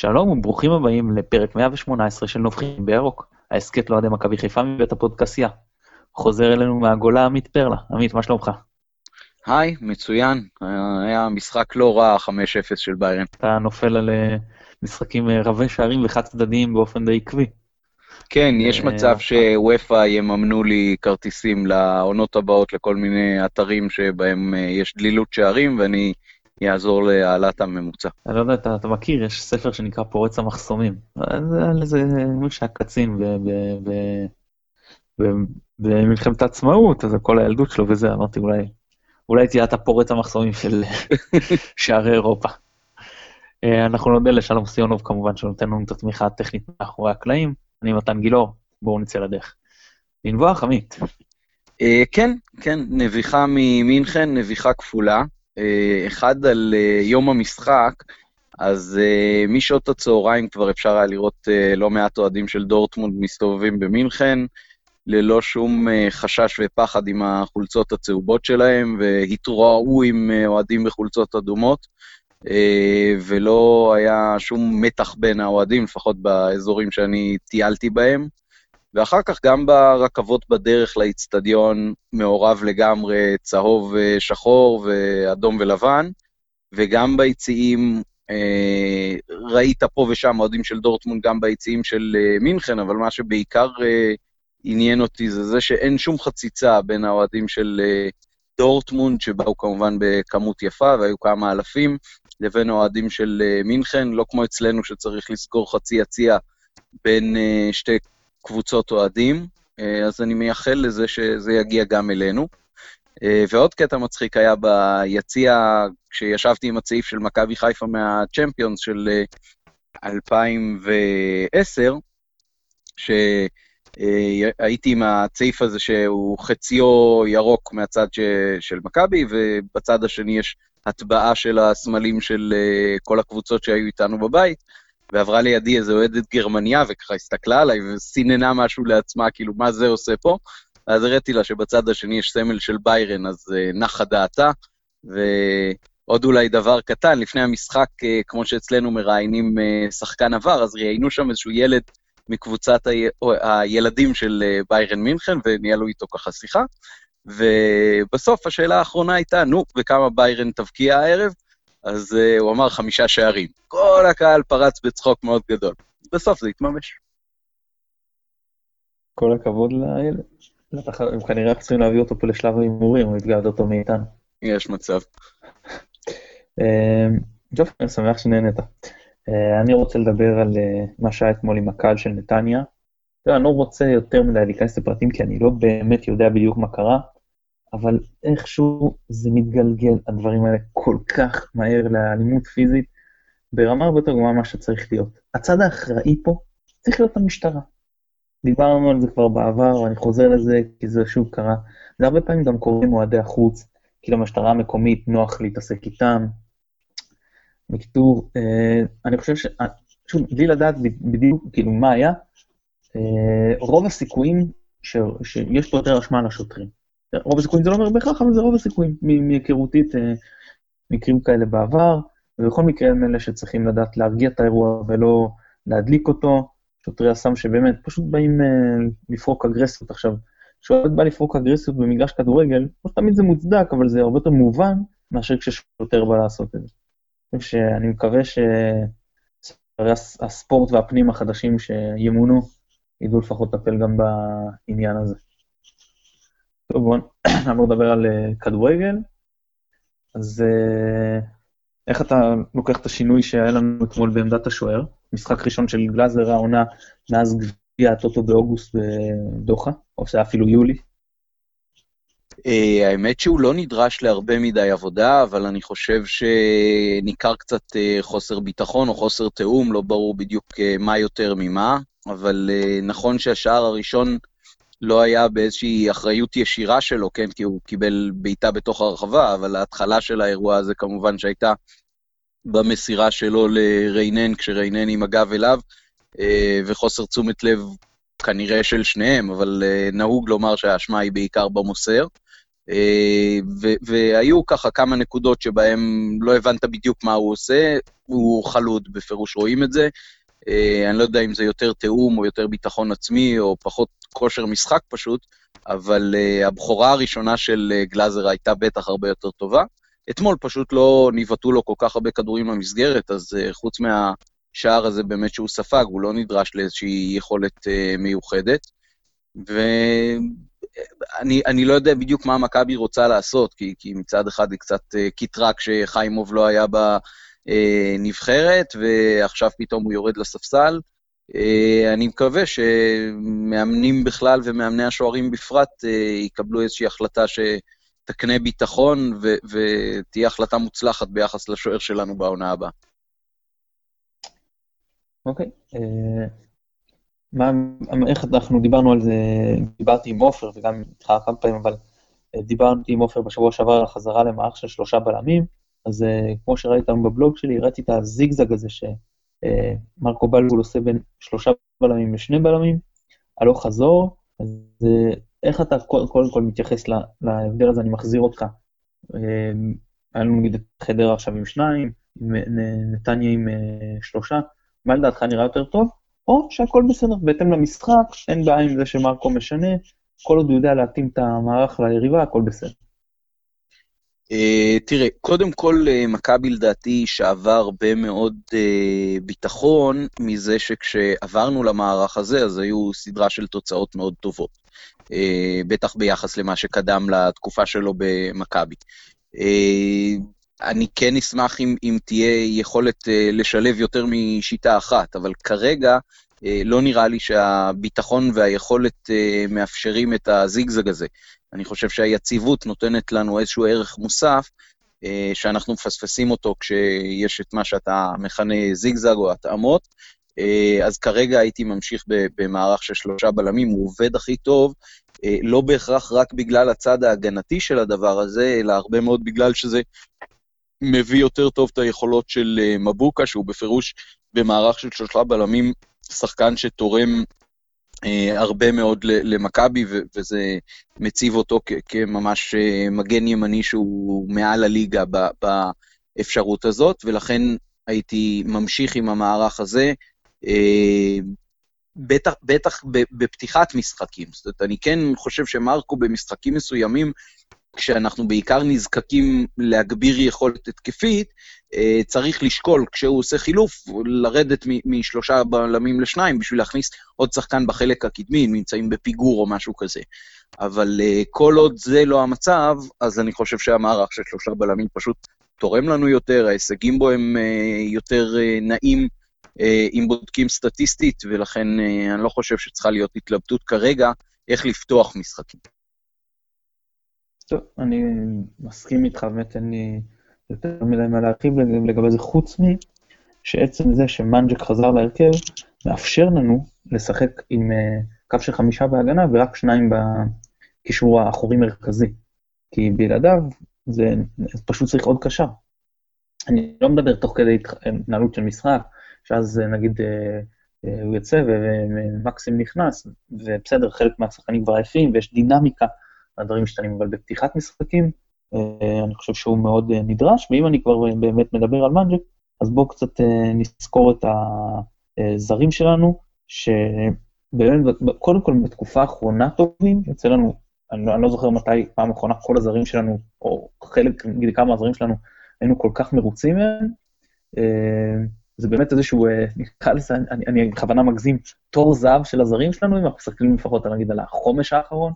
שלום וברוכים הבאים לפרק 118 של נובחים בירוק, ההסכת לאוהדי מכבי חיפה מבית הפודקאסיה. חוזר אלינו מהגולה עמית פרלה. עמית, מה שלומך? היי, מצוין. היה משחק לא רע, 5-0 של ביירן. אתה נופל על משחקים רבי שערים וחד צדדיים באופן די עקבי. כן, יש מצב שוופא יממנו לי כרטיסים לעונות הבאות לכל מיני אתרים שבהם יש דלילות שערים, ואני יעזור להעלאת הממוצע. אני לא יודע, אתה מכיר, יש ספר שנקרא פורץ המחסומים. זה דמות שהיה קצין במלחמת העצמאות, אז כל הילדות שלו וזה, אמרתי אולי תהיה אתה פורץ המחסומים של שערי אירופה. אנחנו נודה לשלום סיונוב כמובן שנותן לנו את התמיכה הטכנית מאחורי הקלעים. אני מתן גילאור, בואו נצא לדרך. לנבוח, עמית. כן, נביחה ממינכן, נביחה כפולה. אחד על יום המשחק, אז משעות הצהריים כבר אפשר היה לראות לא מעט אוהדים של דורטמונד מסתובבים במינכן, ללא שום חשש ופחד עם החולצות הצהובות שלהם, והתרועעו עם אוהדים בחולצות אדומות, ולא היה שום מתח בין האוהדים, לפחות באזורים שאני טיילתי בהם. ואחר כך גם ברכבות בדרך לאצטדיון מעורב לגמרי צהוב ושחור ואדום ולבן, וגם ביציעים ראית פה ושם אוהדים של דורטמונד גם ביציעים של מינכן, אבל מה שבעיקר עניין אותי זה שאין שום חציצה בין האוהדים של דורטמונד, שבאו כמובן בכמות יפה והיו כמה אלפים, לבין האוהדים של מינכן, לא כמו אצלנו שצריך לסגור חצי יציע בין שתי קבוצות אוהדים, אז אני מייחל לזה שזה יגיע גם אלינו. ועוד קטע מצחיק היה ביציע, כשישבתי עם הצעיף של מכבי חיפה מהצ'מפיונס של 2010, שהייתי עם הצעיף הזה שהוא חציו ירוק מהצד של מכבי, ובצד השני יש הטבעה של הסמלים של כל הקבוצות שהיו איתנו בבית, ועברה לידי איזו אוהדת גרמניה, וככה הסתכלה עליי וסיננה משהו לעצמה, כאילו מה זה עושה פה? אז הראיתי לה שבצד השני יש סמל של ביירן, אז נחה דעתה. ועוד אולי דבר קטן, לפני המשחק, כמו שאצלנו מראיינים שחקן עבר, אז ראיינו שם איזשהו ילד מקבוצת הילדים של ביירן מינכן, וניהלו איתו ככה שיחה. ובסוף השאלה האחרונה הייתה, נו, וכמה ביירן תבקיע הערב? אז הוא אמר 5 שערים. כל הקהל פרץ בצחוק מאוד גדול. בסוף זה התממש. כל הכבוד לילד. הם כנראה צריכים להביא אותו פה לשלב ההימורים, הוא יתגעד אותו מאיתנו. יש מצב. יופי, אני שמח שנהנית. אני רוצה לדבר על מה שהיה אתמול עם הקהל של נתניה. אני לא רוצה יותר מדי להיכנס לפרטים, כי אני לא באמת יודע בדיוק מה קרה, אבל איכשהו זה מתגלגל, הדברים האלה כל כך מהר לאלימות פיזית, ברמה הרבה יותר גבוהה מה שצריך להיות. הצד האחראי פה צריך להיות המשטרה. דיברנו על זה כבר בעבר, ואני חוזר לזה, כי זה שוב קרה. זה הרבה פעמים גם קורה עם אוהדי החוץ, כי למשטרה המקומית נוח להתעסק איתם. בקיצור, אני חושב שוב, בלי לדעת בדיוק כאילו מה היה, רוב הסיכויים שיש פה יותר אשמה לשוטרים. רוב הסיכויים זה לא אומר בהכרח, אבל זה רוב הסיכויים, מהיכרותית, מקרים כאלה בעבר, ובכל מקרה הם אלה שצריכים לדעת להרגיע את האירוע ולא להדליק אותו. שוטרי הסם שבאמת פשוט באים לפרוק אגרסיות. עכשיו, כשאוהד בא לפרוק אגרסיות במגרש כדורגל, לא תמיד זה מוצדק, אבל זה הרבה יותר מובן מאשר כששוטר בא לעשות את זה. אני מקווה ששרי הספורט והפנים החדשים שימונו, ידעו לפחות לטפל גם בעניין הזה. טוב, בואו נעבור לדבר על כדורגל. אז איך אתה לוקח את השינוי שהיה לנו אתמול בעמדת השוער? משחק ראשון של גלאזר העונה מאז גביע הטוטו באוגוסט בדוחה, או שזה אפילו יולי. האמת שהוא לא נדרש להרבה מדי עבודה, אבל אני חושב שניכר קצת חוסר ביטחון או חוסר תאום, לא ברור בדיוק מה יותר ממה, אבל נכון שהשער הראשון לא היה באיזושהי אחריות ישירה שלו, כן, כי הוא קיבל בעיטה בתוך הרחבה, אבל ההתחלה של האירוע הזה כמובן שהייתה במסירה שלו לריינן, כשריינן עם הגב אליו, וחוסר תשומת לב כנראה של שניהם, אבל נהוג לומר שהאשמה היא בעיקר במוסר, והיו ככה כמה נקודות שבהם לא הבנת בדיוק מה הוא עושה, הוא חלוד בפירוש, רואים את זה. אני לא יודע אם זה יותר תאום או יותר ביטחון עצמי או פחות כושר משחק פשוט, אבל הבחורה הראשונה של גלאזר הייתה בטח הרבה יותר טובה. אתמול פשוט לא ניבטו לו כל כך הרבה כדורים למסגרת, אז חוץ מהשער הזה באמת שהוא ספג, הוא לא נדרש לאיזושהי יכולת מיוחדת. ואני לא יודע בדיוק מה מכבי רוצה לעשות, כי מצד אחד היא קצת קיטרה כשחיימוב לא היה בנבחרת, ועכשיו פתאום הוא יורד לספסל. אני מקווה שמאמנים בכלל ומאמני השוערים בפרט יקבלו איזושהי החלטה שתקנה ביטחון ותהיה החלטה מוצלחת ביחס לשוער שלנו בעונה הבאה. אוקיי. איך אנחנו דיברנו על זה, דיברתי עם עופר וגם איתך כמה פעמים, אבל דיברתי עם עופר בשבוע שעבר על החזרה למערך של 3 בלמים, אז כמו שראיתם בבלוג שלי, ראיתי את הזיגזג הזה שמרקו בלבול עושה בין 3 בלמים ל2 בלמים, הלוך חזור, אז איך אתה קודם כל מתייחס להבדל הזה, אני מחזיר אותך, היה לנו נגיד את חדרה עכשיו עם 2, נתניה עם 3, מה לדעתך נראה יותר טוב? או שהכל בסדר, בהתאם למשחק, אין בעיה עם זה שמרקו משנה, כל עוד הוא יודע להתאים את המערך ליריבה, הכל בסדר. תראה, קודם כל מכבי לדעתי שעבר הרבה מאוד ביטחון מזה שכשעברנו למערך הזה, אז היו סדרה של תוצאות מאוד טובות. בטח ביחס למה שקדם לתקופה שלו במכבי. אני כן אשמח אם תהיה יכולת לשלב יותר משיטה אחת, אבל כרגע לא נראה לי שהביטחון והיכולת מאפשרים את הזיגזג הזה. אני חושב שהיציבות נותנת לנו איזשהו ערך מוסף, שאנחנו מפספסים אותו כשיש את מה שאתה מכנה זיגזג או התאמות, אז כרגע הייתי ממשיך במערך של 3 בלמים, הוא עובד הכי טוב, לא בהכרח רק בגלל הצד ההגנתי של הדבר הזה, אלא הרבה מאוד בגלל שזה מביא יותר טוב את היכולות של מבוקה, שהוא בפירוש במערך של 3 בלמים, שחקן שתורם הרבה מאוד למכבי, וזה מציב אותו כממש מגן ימני שהוא מעל הליגה באפשרות הזאת, ולכן הייתי ממשיך עם המערך הזה, בטח בפתיחת משחקים. זאת אומרת, אני כן חושב שמרקו במשחקים מסוימים, כשאנחנו בעיקר נזקקים להגביר יכולת התקפית, צריך לשקול כשהוא עושה חילוף, לרדת מ3 בלמים ל2, בשביל להכניס עוד שחקן בחלק הקדמי, נמצאים בפיגור או משהו כזה. אבל כל עוד זה לא המצב, אז אני חושב שהמערך של 3 בלמים פשוט תורם לנו יותר, ההישגים בו הם יותר נעים, אם בודקים סטטיסטית, ולכן אני לא חושב שצריכה להיות התלבטות כרגע, איך לפתוח משחקים. טוב, אני מסכים איתך, באמת אין לי יותר מדי מה להרחיב לגבי זה, חוץ שעצם זה שמנג'ק חזר להרכב, מאפשר לנו לשחק עם קו של 5 בהגנה, ורק 2 בקישור האחורי מרכזי. כי בלעדיו, זה פשוט צריך עוד קשר. אני לא מדבר תוך כדי התנהלות של משחק, שאז נגיד הוא יצא ומקסים נכנס, ובסדר, חלק מהשחקנים כבר עייפים, ויש דינמיקה, הדברים משתנים, אבל בפתיחת משחקים, אני חושב שהוא מאוד נדרש, ואם אני כבר באמת מדבר על מנג'ק, אז בואו קצת נזכור את הזרים שלנו, שבאמת, קודם כל בתקופה האחרונה טובים, יוצא לנו, אני לא זוכר מתי פעם האחרונה כל הזרים שלנו, או חלק, נגיד כמה הזרים שלנו, היינו כל כך מרוצים מהם, זה באמת איזשהו, נקרא לזה, אני בכוונה מגזים, תור זהב של הזרים שלנו, אם אנחנו מסתכלים לפחות, נגיד, על החומש האחרון,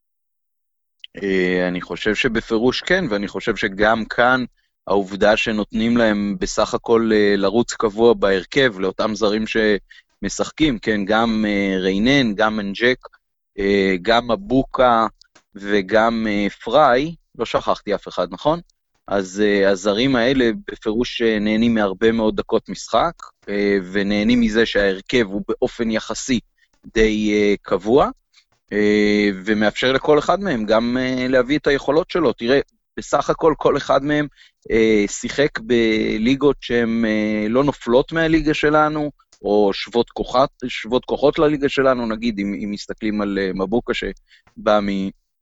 אני חושב שבפירוש כן, ואני חושב שגם כאן העובדה שנותנים להם בסך הכל לרוץ קבוע בהרכב, לאותם זרים שמשחקים, כן, גם ריינן, גם מנג'ק, גם מבוקה וגם פריי, לא שכחתי אף אחד, נכון? אז הזרים האלה בפירוש נהנים מהרבה מאוד דקות משחק, ונהנים מזה שההרכב הוא באופן יחסי די קבוע, ומאפשר לכל אחד מהם גם להביא את היכולות שלו. תראה, בסך הכל כל אחד מהם שיחק בליגות שהן לא נופלות מהליגה שלנו, או שוות כוחות לליגה שלנו, נגיד אם מסתכלים על מבוקה שבא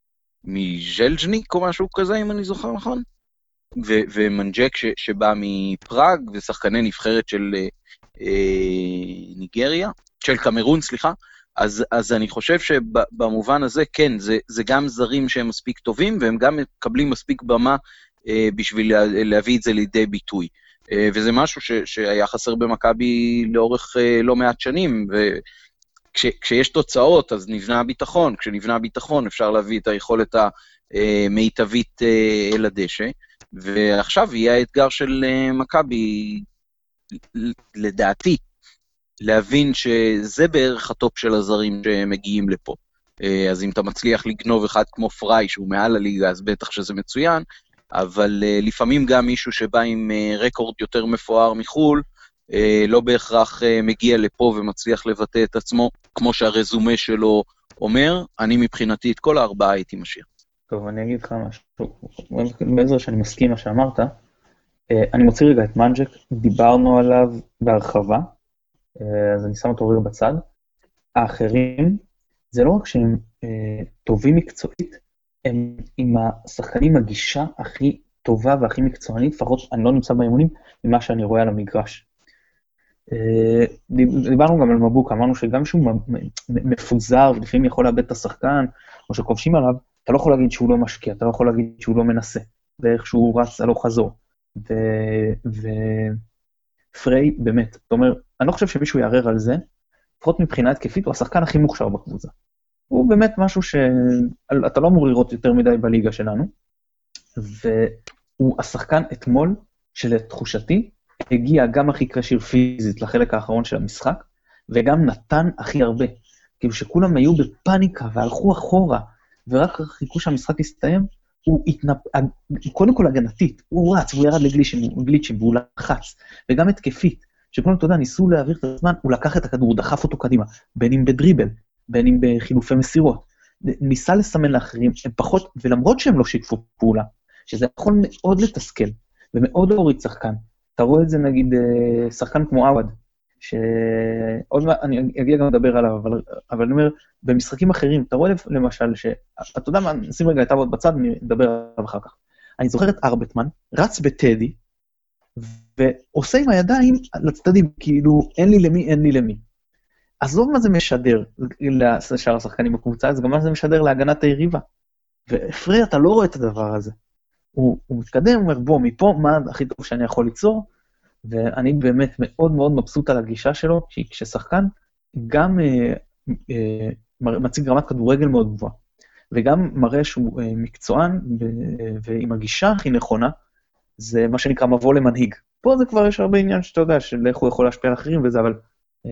מז'לז'ניק או משהו כזה, אם אני זוכר נכון, ומנג'ק שבא מפראג, ושחקני נבחרת של ניגריה, של קמרון, סליחה. אז אני חושב שבמובן הזה, כן, זה גם זרים שהם מספיק טובים, והם גם מקבלים מספיק במה בשביל להביא את זה לידי ביטוי. וזה משהו שהיה חסר במכבי לאורך לא מעט שנים, וכשיש תוצאות, אז נבנה הביטחון, כשנבנה הביטחון אפשר להביא את היכולת המיטבית אל הדשא, ועכשיו יהיה האתגר של מכבי, לדעתי, להבין שזה בערך הטופ של הזרים שמגיעים לפה. אז אם אתה מצליח לגנוב אחד כמו פריי, שהוא מעל הליגה, אז בטח שזה מצוין, אבל לפעמים גם מישהו שבא עם רקורד יותר מפואר מחול, לא בהכרח מגיע לפה ומצליח לבטא את עצמו, כמו שהרזומה שלו אומר. אני מבחינתי את כל הארבעה הייתי משאיר. טוב, אני אגיד לך משהו, בעזר שאני מסכים מה שאמרת, אני מוציא רגע את מנג'ק, דיברנו עליו בהרחבה, אז אני שם אותו רגע בצד. האחרים, זה לא רק שהם טובים מקצועית, הם עם השחקנים הגישה הכי טובה והכי מקצוענית, לפחות אני לא נמצא באימונים, ממה שאני רואה על המגרש. דיברנו גם על מבוק, אמרנו שגם שהוא מפוזר, ולפעמים יכול לאבד את השחקן, או שכובשים עליו, אתה לא יכול להגיד שהוא לא משקיע, אתה לא יכול להגיד שהוא לא מנסה, ואיך שהוא רץ הלוך חזור. ופריי, באמת, זאת אומרת, אני לא חושב שמישהו יערר על זה, לפחות מבחינה התקפית, הוא השחקן הכי מוכשר בקבוצה. הוא באמת משהו שאתה לא אמור לראות יותר מדי בליגה שלנו, והוא השחקן אתמול, שלתחושתי, הגיע גם הכי קרשיר פיזית לחלק האחרון של המשחק, וגם נתן הכי הרבה. כאילו שכולם היו בפאניקה והלכו אחורה, ורק חיכו שהמשחק יסתיים, הוא קודם כל הגנתית, הוא רץ והוא ירד לגליצ'ים והוא לחץ, וגם התקפית, שכולם, אתה יודע, ניסו להעביר את הזמן, הוא לקח את הכדור, דחף אותו קדימה, בין אם בדריבל, בין אם בחילופי מסירות, ניסה לסמן לאחרים, הם פחות, ולמרות שהם לא שיקפו פעולה, שזה יכול מאוד לתסכל, ומאוד להוריד שחקן, אתה רואה את זה נגיד שחקן כמו עווד, שעוד מעט אני אגיע גם לדבר עליו, אבל אני אומר, במשחקים אחרים, אתה רואה למשל, אתה יודע מה, נשים רגע את עווד בצד, אני אדבר עליו אחר כך. אני זוכר את ארבטמן, רץ בטדי, ועושה עם הידיים לצדדים, כאילו, אין לי למי. עזוב מה זה משדר לשאר השחקנים בקבוצה, אז גם מה זה משדר להגנת היריבה. ואפרי, אתה לא רואה את הדבר הזה. הוא מתקדם, הוא אומר, בוא, מפה, מה הכי טוב שאני יכול ליצור, ואני באמת מאוד מאוד מבסוט על הגישה שלו, כששחקן גם מציג רמת כדורגל מאוד גבוהה, וגם מראה שהוא מקצוען, ועם הגישה הכי נכונה, זה מה שנקרא מבוא למנהיג. פה זה כבר יש הרבה עניין שאתה יודע, של איך הוא יכול להשפיע על אחרים וזה, אבל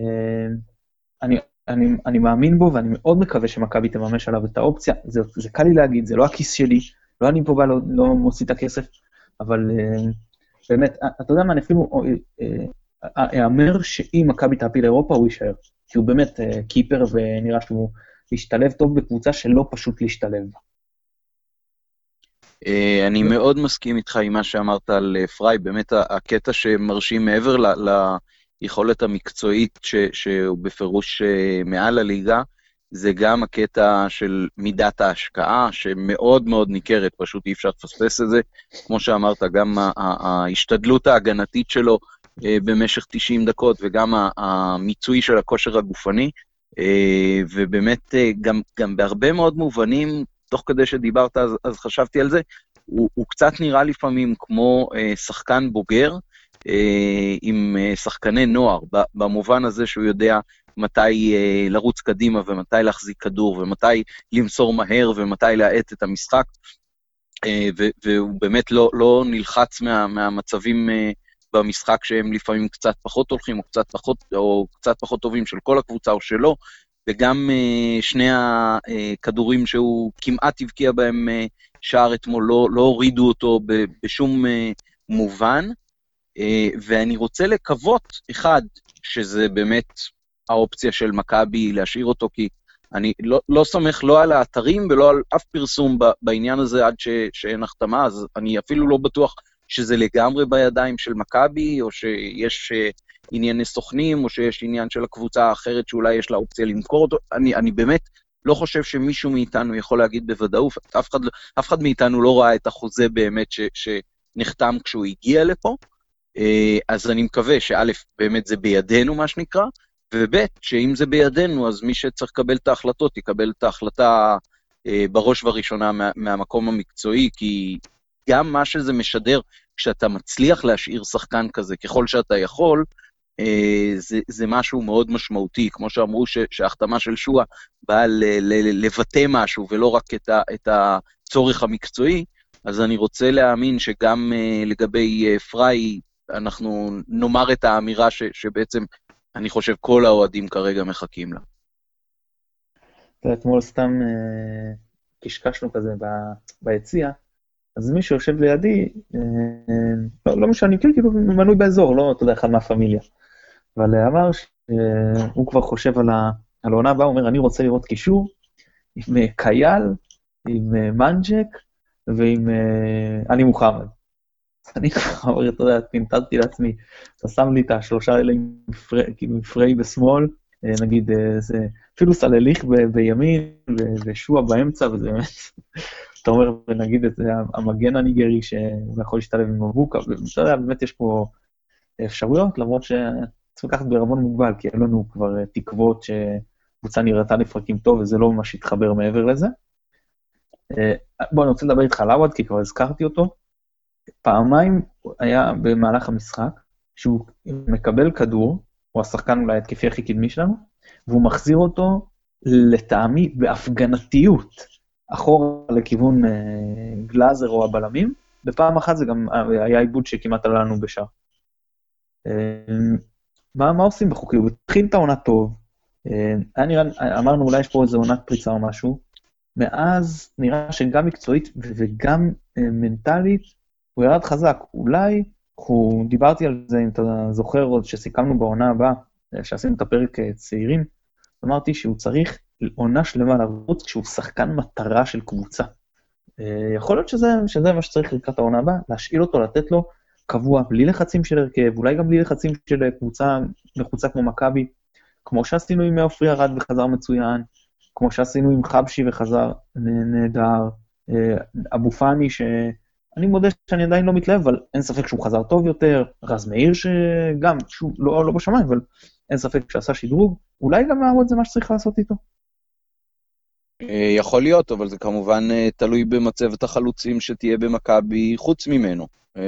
אני מאמין בו, ואני מאוד מקווה שמכבי תממש עליו את האופציה. זה קל לי להגיד, זה לא הכיס שלי, לא אני פה לא מוציא את הכסף, אבל באמת, אתה יודע מה, אני אפילו אאמר שאם מכבי תעפיל לאירופה, הוא יישאר. כי הוא באמת קיפר, ונראה שהוא להשתלב טוב בקבוצה שלא פשוט להשתלב. אני מאוד מסכים איתך עם מה שאמרת על פריי, באמת הקטע שמרשים מעבר ליכולת המקצועית שהוא בפירוש מעל הליגה, זה גם הקטע של מידת ההשקעה, שמאוד מאוד ניכרת, פשוט אי אפשר לפספס את זה. כמו שאמרת, גם ההשתדלות ההגנתית שלו במשך 90 דקות, וגם המיצוי של הכושר הגופני, ובאמת גם בהרבה מאוד מובנים, תוך כדי שדיברת אז חשבתי על זה, הוא קצת נראה לפעמים כמו שחקן בוגר, עם שחקני נוער, במובן הזה שהוא יודע מתי לרוץ קדימה, ומתי להחזיק כדור, ומתי למסור מהר, ומתי להאט את המשחק, והוא באמת לא נלחץ מהמצבים במשחק, שהם לפעמים קצת פחות הולכים, או קצת פחות טובים של כל הקבוצה או שלו, וגם שני הכדורים שהוא כמעט הבקיע בהם שער אתמול, לא הורידו אותו בשום מובן, ואני רוצה לקוות, אחד, שזה באמת האופציה של מכבי להשאיר אותו, כי אני לא סומך לא על האתרים ולא על אף פרסום בעניין הזה עד שאין החתמה, אז אני אפילו לא בטוח שזה לגמרי בידיים של מכבי, או שיש ענייני סוכנים, או שיש עניין של הקבוצה האחרת שאולי יש לה אופציה למכור אותו. אני באמת לא חושב שמישהו מאיתנו יכול להגיד בוודאות, אף אחד מאיתנו לא ראה את החוזה באמת שנחתם כשהוא הגיע לפה, אז אני מקווה שא', באמת זה בידינו מה שנקרא, וב', שאם זה בידינו, אז מי שצריך לקבל את ההחלטות, יקבל את ההחלטה בראש ובראשונה מהמקום המקצועי, כי גם מה שזה משדר, כשאתה מצליח להשאיר שחקן כזה, ככל שאתה יכול, זה משהו מאוד משמעותי, כמו שאמרו שההחתמה של שואה באה לבטא משהו, ולא רק את הצורך המקצועי, אז אני רוצה להאמין שגם לגבי פראי, אנחנו נאמר את האמירה שבעצם, אני חושב, כל האוהדים כרגע מחכים לה. אתמול סתם קשקשנו כזה ביציע, אז מי שיושב לידי, לא משנה, כאילו מנוי באזור, לא, אתה יודע, אחד מהפמיליה. אבל אמר שהוא כבר חושב על העונה הבאה, הוא אומר, אני רוצה לראות קישור עם קייל, עם מנג'ק ועם אני מוחמד. אני כבר, אתה יודע, פינטרתי לעצמי, אתה שם לי את השלושה האלה עם פריי בשמאל, נגיד, אפילו סלליך בימין ושועה באמצע, וזה באמת, אתה אומר, ונגיד, המגן הניגרי שיכול להשתלב עם מבוקה, ואתה יודע, באמת יש פה אפשרויות, למרות שצריך לקחת בערבון מוגבל, כי אין לנו כבר תקוות שקבוצה נראתה לפרקים טוב, וזה לא ממש יתחבר מעבר לזה. בוא, אני רוצה לדבר איתך על עווד, כי כבר הזכרתי אותו. פעמיים היה במהלך המשחק, שהוא מקבל כדור, הוא השחקן אולי התקפי הכי קדמי שלנו, והוא מחזיר אותו לטעמי בהפגנתיות, אחורה לכיוון גלאזר או הבלמים, בפעם אחת זה גם היה עיבוד שכמעט עלה לנו בשער. מה עושים בחוקי? הוא התחיל את העונה טוב, אמרנו אולי יש פה איזו עונת פריצה או משהו, מאז נראה שגם מקצועית וגם מנטלית, הוא ירד חזק. אולי, דיברתי על זה, אם אתה זוכר עוד שסיכמנו בעונה הבאה, שעשינו את הפרק צעירים, אמרתי שהוא צריך עונה שלמה לרוץ כשהוא שחקן מטרה של קבוצה. יכול להיות שזה מה שצריך לקראת העונה הבאה, להשאיל אותו, לתת לו קבוע, בלי לחצים של הרכב, אולי גם בלי לחצים של קבוצה מחוצה כמו מכבי, כמו שעשינו עם עופרי ארד וחזר מצוין, כמו שעשינו עם חבשי וחזר נהדר, אבו פאני שאני מודה שאני עדיין לא מתלהב, אבל אין ספק שהוא חזר טוב יותר, רז מאיר שגם, שהוא לא בשמיים, אבל אין ספק שעשה שדרוג, אולי גם מעוד זה מה שצריך לעשות איתו. יכול להיות, אבל זה כמובן תלוי במצבת החלוצים שתהיה במכבי חוץ ממנו.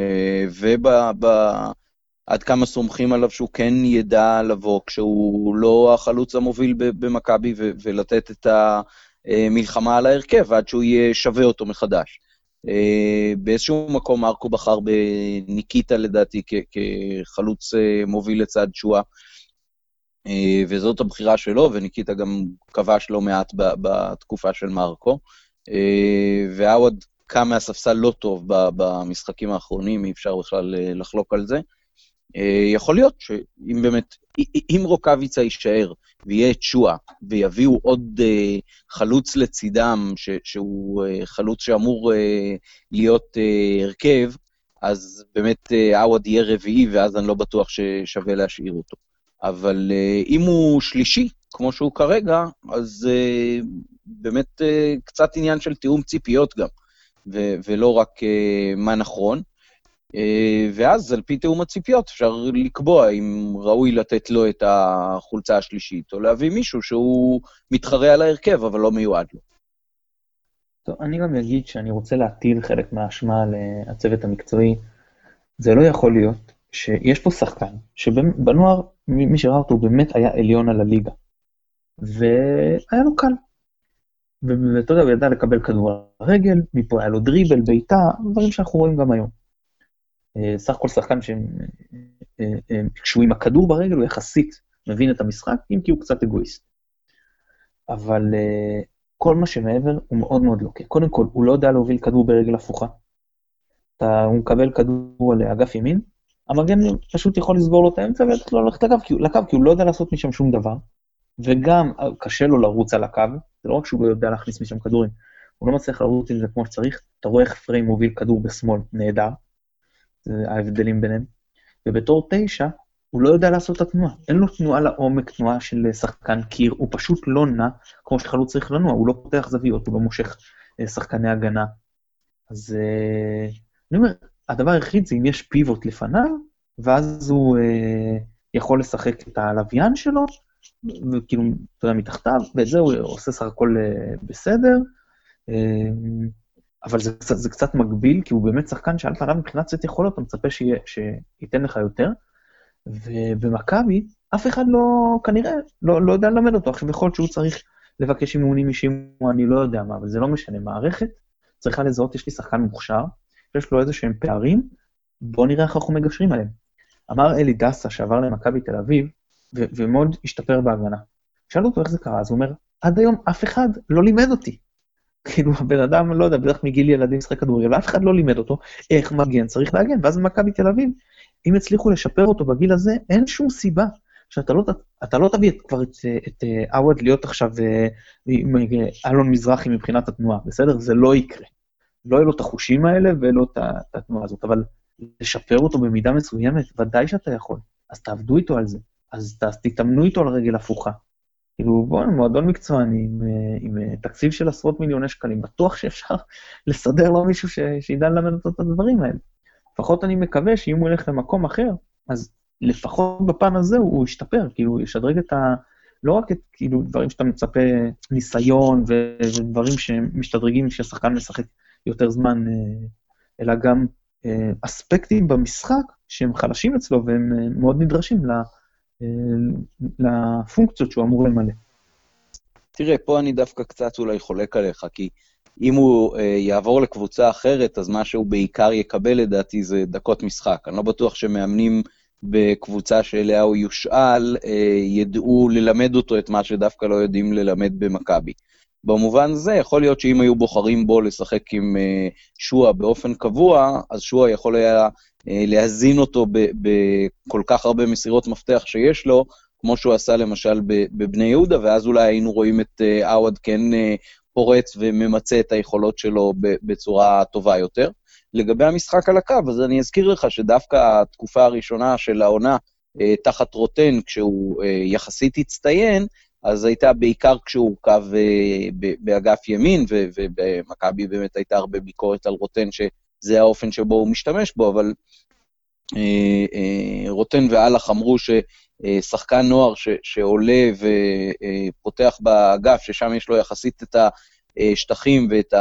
עד כמה סומכים עליו שהוא כן ידע לבוא כשהוא לא החלוץ המוביל במכבי ולתת את המלחמה על ההרכב עד שהוא יהיה שווה אותו מחדש. באיזשהו מקום מרקו בחר בניקיטה לדעתי כחלוץ מוביל לצד שואה, וזאת הבחירה שלו, וניקיטה גם כבש לא מעט בתקופה של מרקו, ועווד קם מהספסל לא טוב במשחקים האחרונים, אי אפשר בכלל לחלוק על זה. יכול להיות שאם באמת, אם רוקאביצה יישאר ויהיה את שואה, ויביאו עוד חלוץ לצידם, שהוא חלוץ שאמור להיות הרכב, אז באמת עווד יהיה רביעי, ואז אני לא בטוח ששווה להשאיר אותו. אבל אם הוא שלישי, כמו שהוא כרגע, אז באמת קצת עניין של תיאום ציפיות גם, ולא רק מה נכון. ואז על פי תיאום הציפיות אפשר לקבוע אם ראוי לתת לו את החולצה השלישית, או להביא מישהו שהוא מתחרה על ההרכב, אבל לא מיועד לו. טוב, אני גם אגיד שאני רוצה להטיל חלק מהאשמה לצוות המקצועי. זה לא יכול להיות שיש פה שחקן שבנוער, מי שראה אותו באמת היה עליון על הליגה, והיה לו קל. ואתה יודע, הוא ידע לקבל כדור על הרגל, מפה היה לו דריבל, ביתה, דברים שאנחנו רואים גם היום. סך כל שחקן כשהוא עם הכדור ברגל הוא יחסית מבין את המשחק, אם כי הוא קצת אגואיסט. אבל כל מה שמעבר הוא מאוד מאוד לוקה. קודם כל, הוא לא יודע להוביל כדור ברגל הפוכה. הוא מקבל כדור על אגף ימין, המגן פשוט יכול לסגור לו את האמצע ולתת לו ללכת לקו, כי הוא לא יודע לעשות משם שום דבר, וגם קשה לו לרוץ על הקו, זה לא רק שהוא לא יודע להכניס משם כדורים, הוא לא מצליח לרוץ עם זה כמו שצריך, אתה רואה איך פריי מוביל כדור בשמאל, נהדר, זה ההבדלים ביניהם, ובתור 9, הוא לא יודע לעשות את התנועה, אין לו תנועה לעומק, תנועה של שחקן קיר, הוא פשוט לא נע כמו שחלוץ צריך לנוע, הוא לא פותח זוויות, הוא לא מושך שחקני הגנה. אז אני אומר, הדבר היחיד זה אם יש פיבוט לפניו, ואז הוא יכול לשחק את הלוויין שלו, וכאילו, אתה יודע, מתחתיו, ואת זה הוא עושה סך הכל בסדר, אבל זה קצת מגביל, כי הוא באמת שחקן שעל פניו מבחינת סט יכולות, אתה מצפה שייתן לך יותר, ובמכבי, אף אחד לא, כנראה, לא יודע ללמד אותו, עכשיו יכול להיות שהוא צריך לבקש אימונים אישיים, או אני לא יודע מה, אבל זה לא משנה, מערכת צריכה לזהות, יש לי שחקן מוכשר, שיש לו איזה שהם פערים, בואו נראה איך אנחנו מגשרים עליהם. אמר אלי דסה שעבר למכבי תל אביב, ומאוד השתפר בהגנה. שאלו אותו איך זה קרה, אז הוא אומר, עד היום אף אחד לא לימד אותי. כאילו הבן אדם, לא יודע, בדרך מגיל ילדים משחק כדורגל, אף אחד לא לימד אותו איך מגן צריך להגן, ואז במכבי תל אביב, אם הצליחו לשפר אותו בגיל הזה, אין שום סיבה שאתה לא תביא כבר את עווד להיות עכשיו עם אלון מזרחי מבחינת התנועה, בסדר? זה לא יקרה. לא יהיו לו את החושים האלה ולא את התנועה הזאת, אבל לשפר אותו במידה מסוימת, ודאי שאתה יכול. אז תעבדו איתו על זה, אז תתאמנו איתו על רגל הפוכה. כאילו, בואו, מועדון מקצועני עם תקציב של עשרות מיליוני שקלים, בטוח שאפשר לסדר לו מישהו שידע ללמד אותו את הדברים האלה. לפחות אני מקווה שאם הוא ילך למקום אחר, אז לפחות בפן הזה הוא ישתפר, כאילו, הוא ישדרג לא רק את, כאילו, דברים שאתה מצפה, ניסיון ודברים שמשתדרגים כשהשחקן משחק יותר זמן, אלא גם אספקטים במשחק שהם חלשים אצלו, והם מאוד נדרשים לפונקציות שהוא אמור למלא. תראה, פה אני דווקא קצת אולי חולק עליך, כי אם הוא יעבור לקבוצה אחרת, אז מה שהוא בעיקר יקבל לדעתי זה דקות משחק. אני לא בטוח שמאמנים בקבוצה שאליה הוא יושאל, ידעו ללמד אותו את מה שדווקא לא יודעים ללמד במכבי. במובן זה, יכול להיות שאם היו בוחרים בו לשחק עם שואה באופן קבוע, אז שואה יכול היה להזין אותו בכל כך הרבה מסירות מפתח שיש לו, כמו שהוא עשה למשל בבני יהודה, ואז אולי היינו רואים את עווד כן פורץ וממצא את היכולות שלו בצורה טובה יותר. לגבי המשחק על הקו, אז אני אזכיר לך שדווקא התקופה הראשונה של העונה, תחת רוטן, כשהוא יחסית הצטיין, אז הייתה בעיקר כשהוא הורכב באגף ימין, ובמכבי באמת הייתה הרבה ביקורת על רוטן, שזה האופן שבו הוא משתמש בו, אבל רוטן ואלח אמרו ששחקן נוער שעולה ופותח באגף, ששם יש לו יחסית את השטחים ואת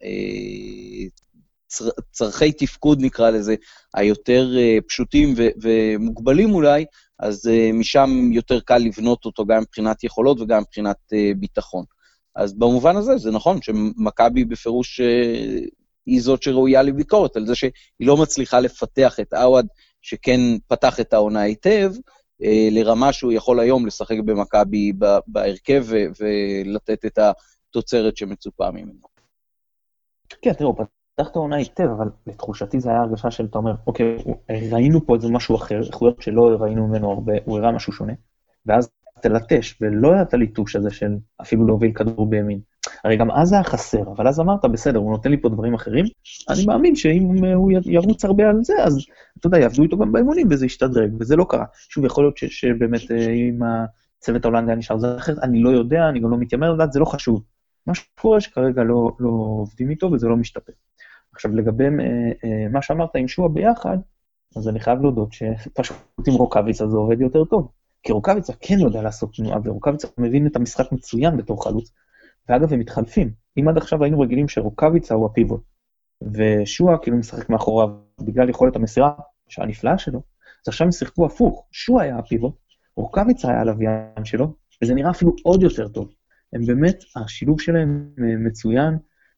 צרכי תפקוד נקרא לזה, היותר פשוטים ומוגבלים אולי, אז משם יותר קל לבנות אותו גם מבחינת יכולות וגם מבחינת ביטחון. אז במובן הזה זה נכון שמכבי בפירוש היא זאת שראויה לביקורת, על זה שהיא לא מצליחה לפתח את עווד שכן פתח את העונה היטב, לרמה שהוא יכול היום לשחק במכבי בהרכב ולתת את התוצרת שמצופה ממנו. כן, תראו, פתח את העונה היטב, אבל לתחושתי זה היה הרגשה של, אתה אומר, אוקיי, ראינו פה איזה משהו אחר, איכויות שלא ראינו ממנו הרבה, הוא הראה משהו שונה, ואז תלטש, ולא היה את הליטוש הזה של אפילו להוביל כדור בימין. הרי גם אז היה חסר, אבל אז אמרת, בסדר, הוא נותן לי פה דברים אחרים, אני מאמין שאם הוא ירוץ הרבה על זה, אז אתה יודע, יעבדו איתו גם באימונים, וזה ישתדרג, וזה לא קרה. שוב, יכול להיות שבאמת אם הצוות ההולנדי היה נשאר זה אחרת, אני לא יודע, אני גם לא מתיימר לדעת, זה לא חשוב. מה שקורה שכרגע לא עובדים איתו, וזה לא משתפר. עכשיו, לגבי מה שאמרת עם שואה ביחד, אז אני חייב להודות שפשוט עם רוקאביצה זה עובד יותר טוב. כי רוקאביצה כן יודע לעשות תנועה, ורוקאביצה מבין את המשחק מצוין בתור חלוץ, ואגב, הם מתחלפים. אם עד עכשיו היינו רגילים שרוקאביצה הוא הפיבוט, ושואה כאילו משחק מאחוריו, בגלל יכולת המסירה, שעה נפלאה שלו, אז עכשיו הם שיחקו הפוך. שואה היה הפיבוט, רוקאביצה היה הלוויין שלו, וזה נראה אפילו עוד יותר טוב. הם באמת, השילוב שלהם מצוין,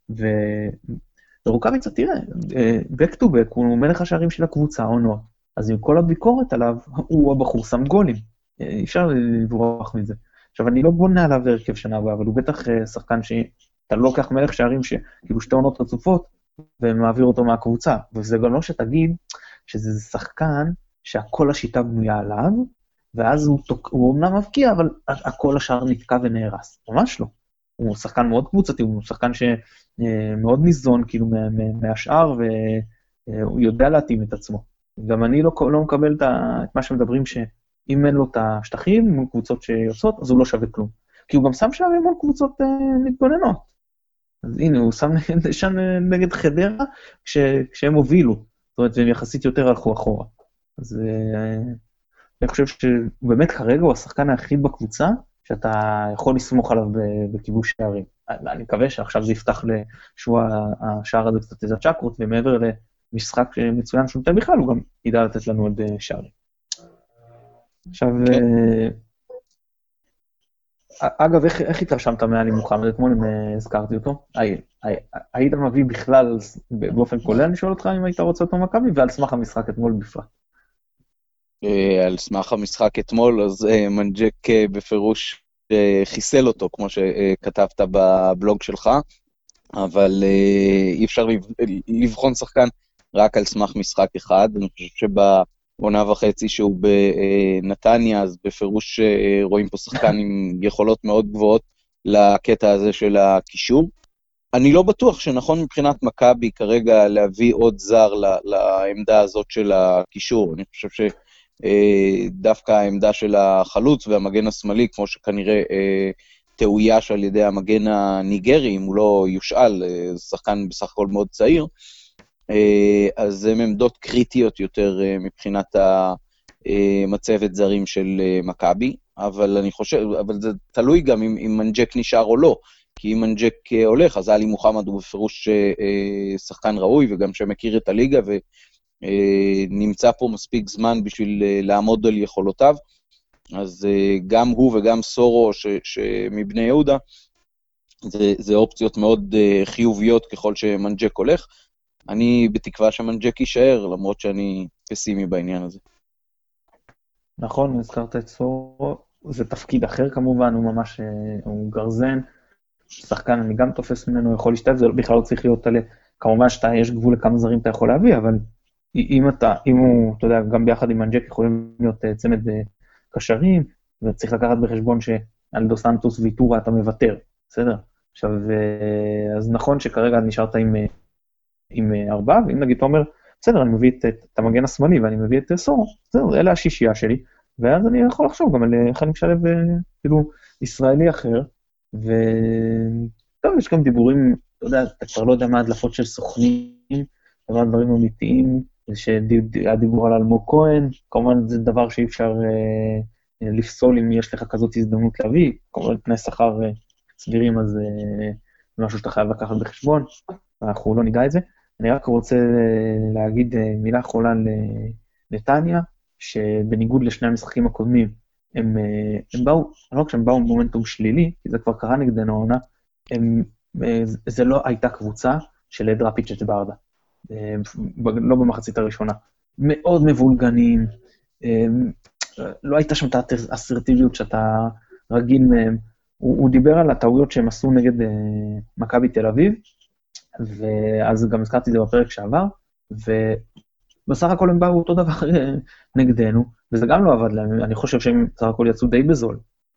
ורוקאביצה, תראה, back to back, הוא מלך השערים של הקבוצה, או לא. אז עם כל הביקורת עליו, הוא הבחור שם גולים. אפשר לברוח מזה. עכשיו, אני לא בונה עליו הרכב שנה הבאה, אבל הוא בטח שחקן שאתה לא לוקח מלך שערים שכאילו שתי עונות רצופות, ומעביר אותו מהקבוצה. וזה גם לא שתגיד שזה שחקן שהכל השיטה בנויה עליו, ואז הוא אמנם מבקיע, אבל הכל השאר נתקע ונהרס. ממש לא. הוא שחקן מאוד קבוצתי, הוא שחקן שמאוד ניזון כאילו מהשאר, והוא יודע להתאים את עצמו. גם אני לא מקבל את מה שמדברים אם אין לו את השטחים מול קבוצות שיוצאות, אז הוא לא שווה כלום. כי הוא גם שם שערים מול קבוצות מתגוננות. אז הנה, הוא שם נגד חדרה כשהם הובילו. זאת אומרת, והם יחסית יותר הלכו אחורה. אז אני חושב שבאמת כרגע הוא השחקן היחיד בקבוצה, שאתה יכול לסמוך עליו בכיבוש שערים. אני מקווה שעכשיו זה יפתח לשוע השער הזה קצת איזה צ'קרות, ומעבר למשחק מצוין שהוא נותן בכלל, הוא גם ידע לתת לנו עוד שערים. עכשיו, אגב, איך התרשמת מעלי מוחמד? אתמול אם הזכרתי אותו, היית מביא בכלל באופן כולל, אני שואל אותך אם היית רוצה אותו מכבי, ועל סמך המשחק אתמול בפרט. על סמך המשחק אתמול, אז מנג'ק בפירוש חיסל אותו, כמו שכתבת בבלוג שלך, אבל אי אפשר לבחון שחקן רק על סמך משחק אחד. אני חושב שבעונה וחצי שהוא בנתניה, אז בפירוש רואים פה שחקן עם יכולות מאוד גבוהות לקטע הזה של הקישור. אני לא בטוח שנכון מבחינת מכבי כרגע להביא עוד זר לעמדה הזאת של הקישור. אני חושב שדווקא העמדה של החלוץ והמגן השמאלי, כמו שכנראה תאויש על ידי המגן הניגרי, אם הוא לא יושאל, שחקן בסך הכל מאוד צעיר, אז הן עמדות קריטיות יותר מבחינת המצבת זרים של מכבי, אבל אני חושב, אבל זה תלוי גם אם מנג'ק נשאר או לא, כי אם מנג'ק הולך, אז עלי מוחמד הוא בפירוש שחקן ראוי, וגם שמכיר את הליגה, ונמצא פה מספיק זמן בשביל לעמוד על יכולותיו, אז גם הוא וגם סורו שמבני יהודה, זה אופציות מאוד חיוביות ככל שמנג'ק הולך. אני בתקווה שמנג'ק יישאר, למרות שאני פסימי בעניין הזה. נכון, הזכרת את סורו, זה תפקיד אחר כמובן, הוא ממש, הוא גרזן, שחקן, אני גם תופס ממנו, יכול להשתתף, זה בכלל לא צריך להיות עלי, כמובן יש גבול לכמה זרים אתה יכול להביא, אבל אם הוא, אתה יודע, גם ביחד עם מנג'ק יכולים להיות צמד קשרים, וצריך לקחת בחשבון שעל דו סנטוס ויטורה אתה מוותר, בסדר? עכשיו, אז נכון שכרגע נשארת עם 4, ואם נגיד אתה אומר, בסדר, אני מביא את המגן השמאלי, ואני מביא את סורו, בסדר, אלה השישייה שלי, ואז אני יכול לחשוב גם על איך אני משלב כאילו ישראלי אחר, וטוב, יש גם דיבורים, אתה יודע, אתה כבר לא יודע מה הדלפות של סוכנים, אבל דברים אמיתיים, שהדיבור על אלמוג כהן, כמובן זה דבר שאי אפשר לפסול אם יש לך כזאת הזדמנות להביא, כמובן תנאי שכר סבירים, אז זה משהו שאתה חייב לקחת בחשבון, אנחנו לא ניגע את זה. אני רק רוצה להגיד מילה אחרונה לנתניה, שבניגוד לשני המשחקים הקודמים, הם באו, אני לא חושב שהם באו במומנטום שלילי, כי זה כבר קרה נגדנו העונה, זה לא הייתה קבוצה של דראפיץ' ברדה, לא במחצית הראשונה. מאוד מבולגנים, לא הייתה שם את האסרטיביות שאתה רגיל מהם, הוא דיבר על הטעויות שהם עשו נגד מכבי תל אביב, ואז גם הזכרתי את זה בפרק שעבר, ובסך הכל הם באו אותו דבר נגדנו, וזה גם לא עבד להם, אני חושב שהם בסך הכל יצאו די בזול.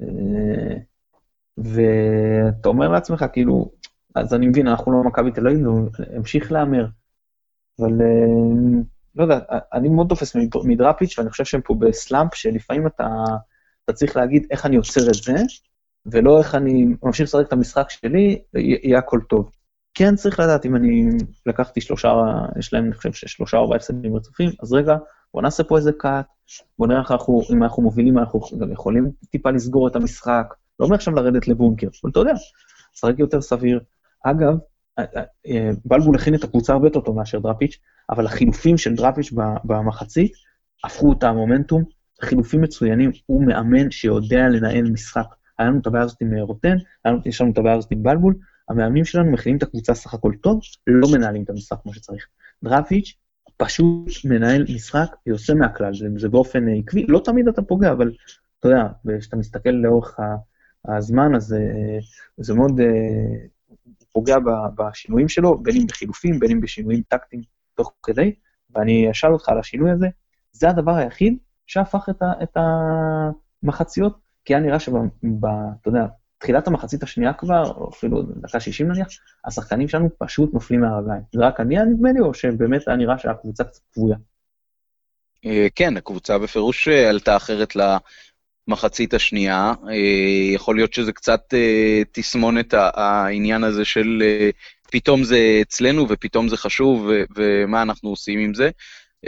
ואתה אומר לעצמך, כאילו, אז אני מבין, אנחנו לא מכבי תל אביב, הוא המשיך לאמר, אבל לא יודע, אני מאוד תופס מדראפיץ', ואני חושב שהם פה בסלאמפ, שלפעמים אתה צריך להגיד איך אני עוצר את זה, ולא איך אני ממשיך לשחק את המשחק שלי, יהיה הכל טוב. כן צריך לדעת, אם אני לקחתי יש להם, אני חושב ש3 או 4 הפסדים רצופים, אז רגע, בוא נעשה פה איזה קאט, בוא נראה אם אנחנו מובילים, אנחנו גם יכולים טיפה לסגור את המשחק, לא אומר עכשיו לרדת לבונקר, אבל אתה יודע, שחק יותר סביר. אגב, בלבול הכין את הקבוצה הרבה יותר טוב מאשר דראפיץ', אבל החילופים של דראפיץ' במחצית, הפכו את המומנטום, חילופים מצוינים, הוא מאמן שיודע לנהל משחק. היה לנו את הבעיה הזאת עם רוטן, יש לנו את הבעיה הזאת עם בלבול, המאמנים שלנו מכינים את הקבוצה סך הכל טוב, לא מנהלים את המשחק כמו שצריך. דראפיץ' פשוט מנהל משחק, יוצא מהכלל, זה באופן עקבי, לא תמיד אתה פוגע, אבל אתה יודע, כשאתה מסתכל לאורך הזמן, אז זה מאוד פוגע בשינויים שלו, בין אם בחילופים, בין אם בשינויים טקטיים תוך כדי, ואני אשאל אותך על השינוי הזה, זה הדבר היחיד שהפך את המחציות, כי היה נראה אתה יודע, תחילת המחצית השנייה כבר, או אפילו דקה 60 נניח, השחקנים שלנו פשוט נופלים מהרגליים. זה רק אני נדמה לי, או שבאמת היה נראה שהקבוצה קצת קבויה? כן, הקבוצה בפירוש עלתה אחרת למחצית השנייה. יכול להיות שזה קצת תסמונת העניין הזה של פתאום זה אצלנו ופתאום זה חשוב ומה אנחנו עושים עם זה.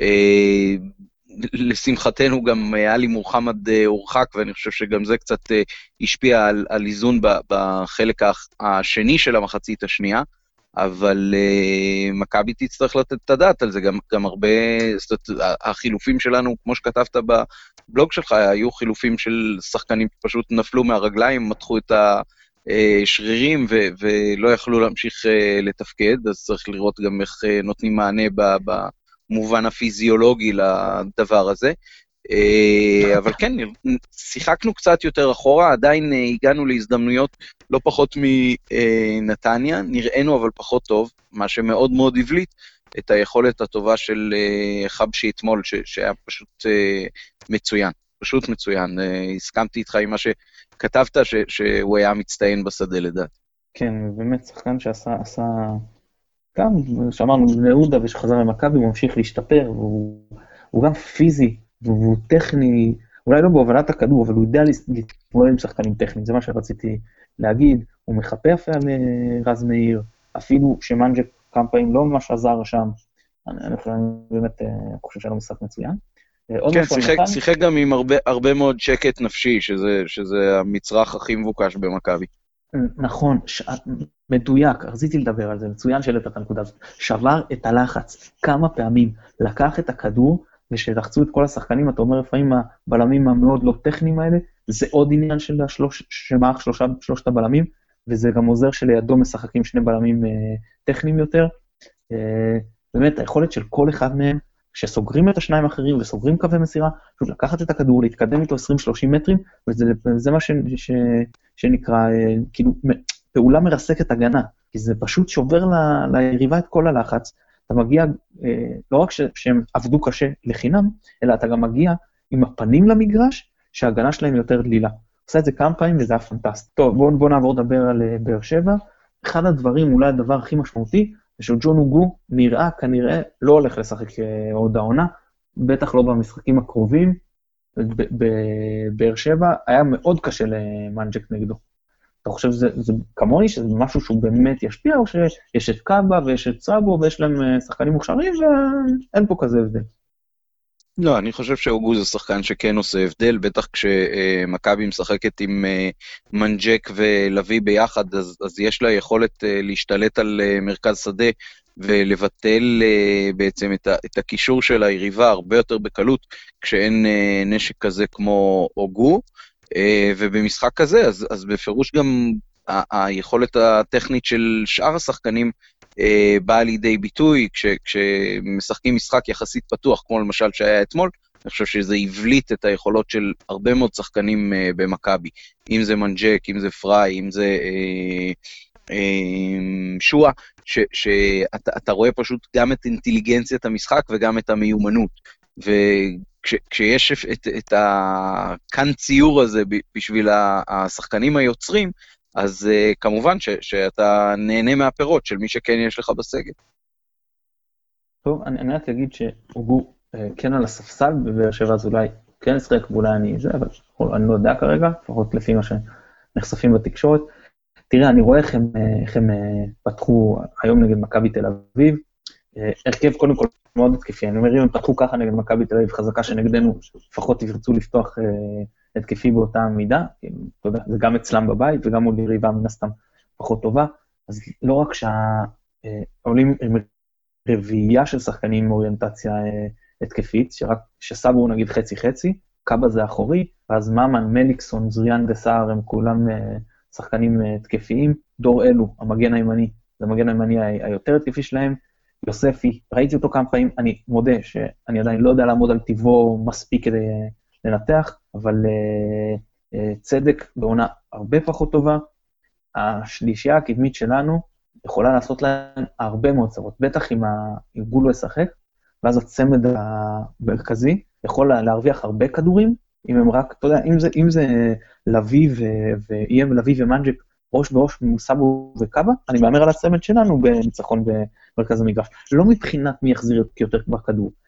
לשמחתנו גם עלי מוחמד הורחק, ואני חושב שגם זה קצת השפיע על איזון בחלק השני של המחצית השנייה, אבל מכבי תצטרך לתת את הדעת על זה, גם הרבה, החילופים שלנו, כמו שכתבת בבלוג שלך, היו חילופים של שחקנים שפשוט נפלו מהרגליים, מתחו את השרירים ולא יכלו להמשיך לתפקד, אז צריך לראות גם איך נותנים מענה במובן הפיזיולוגי לדבר הזה. אבל כן, שיחקנו קצת יותר אחורה, עדיין הגענו להזדמנויות לא פחות מנתניה, נראינו אבל פחות טוב, מה שמאוד מאוד הבליט את היכולת הטובה של חבשי אתמול, שהיה פשוט מצוין, פשוט מצוין. הסכמתי איתך עם מה שכתבת, שהוא היה מצטיין בשדה לדעת. כן, באמת שחקן שעשה, גם שאמרנו בני יהודה ושחזר למכבי, הוא ממשיך להשתפר, והוא גם פיזי, והוא טכני, אולי לא בהובלת הכדור, אבל הוא יודע להתמודד עם שחקנים טכניים, זה מה שרציתי להגיד. הוא מחפה יפה על רז מאיר, אפילו שמנג'ק כמה פעמים לא ממש עזר שם, אני באמת חושב שהיה לו משחק מצוין. כן, שיחק גם עם הרבה מאוד שקט נפשי, שזה המצרך הכי מבוקש במכבי. נכון, מדויק, רציתי לדבר על זה, מצוין שהעלית את הנקודה הזאת, שבר את הלחץ, כמה פעמים לקח את הכדור, ושלחצו את כל השחקנים, אתה אומר לפעמים הבלמים המאוד לא טכניים האלה, זה עוד עניין של מערך שלושת הבלמים, וזה גם עוזר שלידו משחקים שני בלמים טכניים יותר. באמת, היכולת של כל אחד מהם, שסוגרים את השניים האחרים וסוגרים קווי מסירה, פשוט לקחת את הכדור, להתקדם איתו 20-30 מטרים, וזה מה שנקרא, כאילו, פעולה מרסקת הגנה, כי זה פשוט שובר ליריבה את כל הלחץ. אתה מגיע, לא רק שהם עבדו קשה לחינם, אלא אתה גם מגיע עם הפנים למגרש, שההגנה שלהם יותר דלילה. עושה את זה כמה פעמים וזה היה פנטסטי. טוב, בואו נעבור לדבר על באר שבע. אחד הדברים, אולי הדבר הכי משמעותי, זה שג'ון הוגו נראה כנראה לא הולך לשחק עוד העונה, בטח לא במשחקים הקרובים. בבאר שבע היה מאוד קשה למנג'ק נגדו. אתה חושב שזה כמוני, שזה משהו שהוא באמת ישפיע, או שיש את קאבה ויש את סאבו, ויש להם שחקנים מוכשרים, ואין פה כזה הבדל? לא, אני חושב שהוגו זה שחקן שכן עושה הבדל, בטח כשמכבי משחקת עם מנג'ק ולוי ביחד, אז יש לה יכולת להשתלט על מרכז שדה, ולבטל בעצם את הקישור של היריבה הרבה יותר בקלות, כשאין נשק כזה כמו הוגו, ובמשחק כזה, אז בפירוש גם היכולת הטכנית של שאר השחקנים באה לידי ביטוי, כשמשחקים משחק יחסית פתוח, כמו למשל שהיה אתמול, אני חושב שזה הבליט את היכולות של הרבה מאוד שחקנים במכבי, אם זה מנג'ק, אם זה פריי, אם זה שואה, שאתה רואה פשוט גם את אינטליגנציית המשחק וגם את המיומנות, כשיש את הכאן ציור הזה בשביל השחקנים היוצרים, אז כמובן שאתה נהנה מהפירות של מי שכן יש לך בסגל. טוב, אני רק אגיד שהוגו כן על הספסל בבאר שבע, אז אולי כן נשחק, ואולי אני זה, אבל אני לא יודע כרגע, לפחות לפי מה שנחשפים בתקשורת. תראה, אני רואה איך הם פתחו היום נגד מכבי תל אביב, הרכב קודם כל מאוד התקפי, אני אומר, אם הם פתחו ככה נגד מכבי תל אביב, חזקה שנגדנו, לפחות ירצו לפתוח התקפי באותה מידה, אתה יודע, זה גם אצלם בבית, וגם עוד יריבה מן הסתם פחות טובה, אז לא רק שעולים עם רביעייה של שחקנים עם אוריינטציה התקפית, שסברו נגיד חצי-חצי, קאבה זה אחורי, ואז ממן, מליקסון, זריאן וסער, הם כולם שחקנים התקפיים, דור אלו, המגן הימני, זה המגן הימני היותר התקפי שלהם, יוספי, ראיתי אותו כמה פעמים, אני מודה שאני עדיין לא יודע לעמוד על טבעו מספיק כדי לנתח, אבל צדק בעונה הרבה פחות טובה, השלישייה הקדמית שלנו יכולה לעשות להם הרבה מאוד צרות, בטח אם גולו ישחק, ואז הצמד המרכזי יכול להרוויח הרבה כדורים, אם הם רק, אתה יודע, אם זה לוי ואיים לוי ומנג'ק, ראש בראש סאבו וקאבה, אני מאמר על הצמד שלנו בניצחון במרכז המגרש. לא מבחינת מי יחזיר יותר כבר כדור,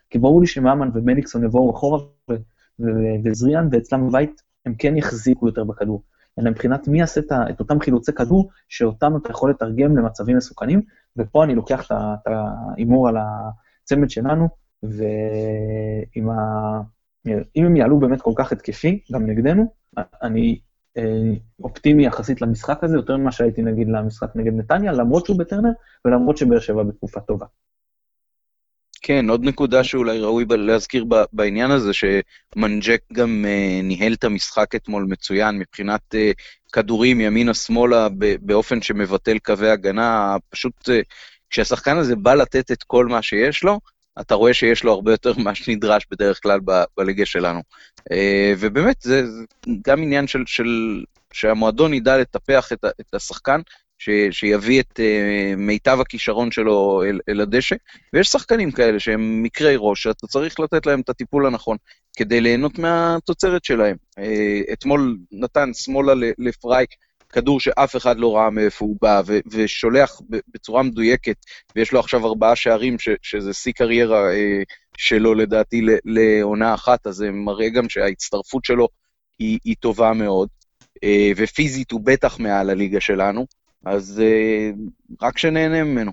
כי ברור לי שמאמן ומליקסון יבואו אחורה, וזריאן, ואצלם בבית הם כן יחזיקו יותר בכדור. אלא מבחינת מי יעשה את אותם חילוצי כדור, שאותם אתה יכול לתרגם למצבים מסוכנים, ופה אני לוקח את האימור על הצמד שלנו, ואם הם יעלו באמת כל כך התקפי, גם נגדנו, אני אופטימי יחסית למשחק הזה, יותר ממה שהייתי נגיד למשחק נגד נתניה, למרות שהוא בטרנר, ולמרות שבאר שבע בתקופה טובה. כן, עוד נקודה שאולי ראוי להזכיר בעניין הזה, שמנג'ק גם ניהל את המשחק אתמול מצוין, מבחינת כדורים ימינה-שמאלה, באופן שמבטל קווי הגנה, פשוט כשהשחקן הזה בא לתת את כל מה שיש לו, אתה רואה שיש לו הרבה יותר מה שנדרש בדרך כלל בליגה שלנו. ובאמת, זה גם עניין שהמועדון ידע לטפח את השחקן, שיביא את מיטב הכישרון שלו אל הדשא, ויש שחקנים כאלה שהם מקרי ראש, שאתה צריך לתת להם את הטיפול הנכון, כדי ליהנות מהתוצרת שלהם. אתמול נתן שמאלה לפריי, כדור שאף אחד לא ראה מאיפה הוא בא, ושולח בצורה מדויקת, ויש לו עכשיו 4 שערים, שזה שיא קריירה שלו לדעתי לעונה אחת, אז זה מראה גם שההצטרפות שלו היא טובה מאוד, ופיזית הוא בטח מעל הליגה שלנו, אז רק שנהנה ממנו.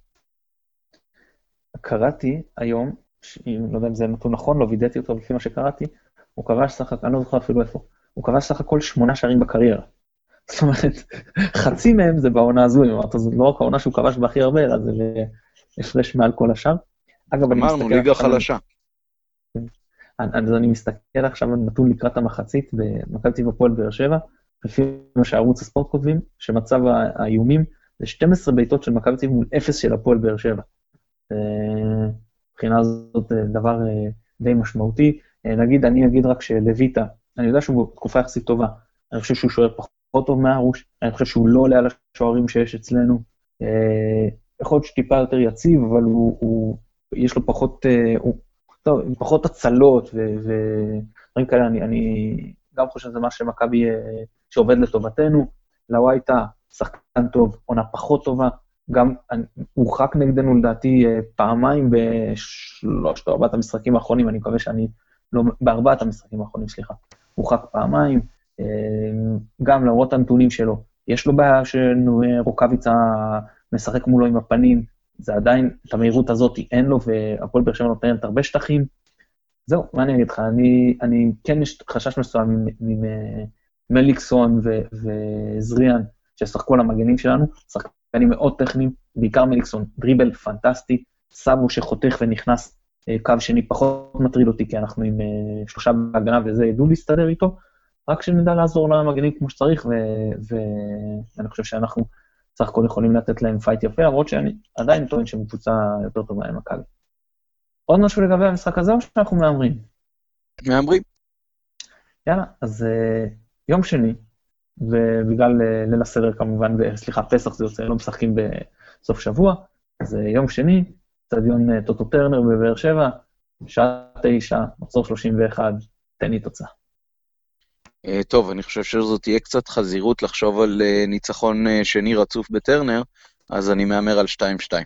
קראתי היום, לא יודע אם זה נתון נכון, לא וידאתי אותו לפי מה שקראתי, הוא כבש סך הכל, אני לא זוכר אפילו איפה, הוא כבש סך הכל 8 שערים בקריירה. זאת אומרת, חצי מהם זה בעונה הזו, זאת לא רק העונה שהוא כבש בהכי הרבה, אלא זה הפרש מעל כל השאר. אמרנו, ליגה חלשה. אז אני מסתכל עכשיו על נתון לקראת המחצית, במכבי תל אביב הפועל באר שבע, לפי מה שערוץ הספורט כותבים, שמצב האיומים זה 12 בעיטות של מכבי תל אביב מול 0 של הפועל באר שבע. מבחינה זאת דבר די משמעותי. נגיד, אני אגיד רק שלויטה, אני יודע שהוא בתקופה יחסית טובה, אני חושב שהוא שוער פחות טוב מהרוש, אני חושב שהוא לא עולה על השוערים שיש אצלנו, יכול להיות שטיפה יותר יציב, אבל יש לו פחות הצלות, ודברים כאלה, אני גם חושב שזה מה שמכבי שעובד לטובתנו, לווייטה, שחקן טוב, עונה פחות טובה, גם הוא חק נגדנו לדעתי פעמיים בשלושת או 4 המשחקים האחרונים, אני מקווה שאני לא, ב4 המשחקים האחרונים, סליחה, הוא חק פעמיים, גם למרות הנתונים שלו, יש לו בעיה שרוקביצה משחק מולו עם הפנים, זה עדיין, את המהירות הזאת אין לו, והפועל באר שבע נותנת הרבה שטחים, זהו, מה אני אגיד לך, אני כן יש חשש מסוים ממליקסון וזריאן, ששחקו על המגנים שלנו, שחקנים מאוד טכניים, בעיקר מליקסון, דריבל פנטסטי, סאבו שחותך ונכנס קו שני פחות מטריד אותי, כי אנחנו עם 3 בהגנה וזה ידעו להסתדר איתו, רק שנדע לעזור למגנים כמו שצריך, ואני חושב שאנחנו סך הכל יכולים לתת להם פייט יפה, למרות שאני עדיין טוען שהם קבוצה יותר טובה עם מכבי. עוד משהו לגבי המשחק הזה, או שאנחנו מאמרים? מאמרים. יאללה, אז יום שני, ובגלל ליל הסדר כמובן, סליחה, פסח זה יוצא, לא משחקים בסוף שבוע, אז יום שני, אצטדיון טוטו טרנר בבאר שבע, שעה 9, מחזור 31, תן לי תוצאה. טוב, אני חושב שזאת תהיה קצת חזירות לחשוב על ניצחון שני רצוף בטרנר, אז אני מאמר על 2-2.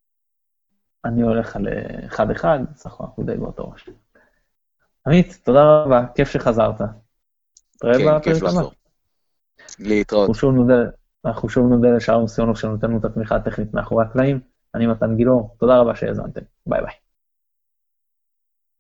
אני הולך על 1-1, סך אנחנו די באותו ראש. עמית, תודה רבה, כיף שחזרת. כן, כיף לחזור. להתראות. אנחנו שוב נודה לשאר מוסיונוב שנותן לנו את התמיכה הטכנית מאחורי הקלעים. אני מתן גילאור, תודה רבה שהאזנתם. ביי ביי.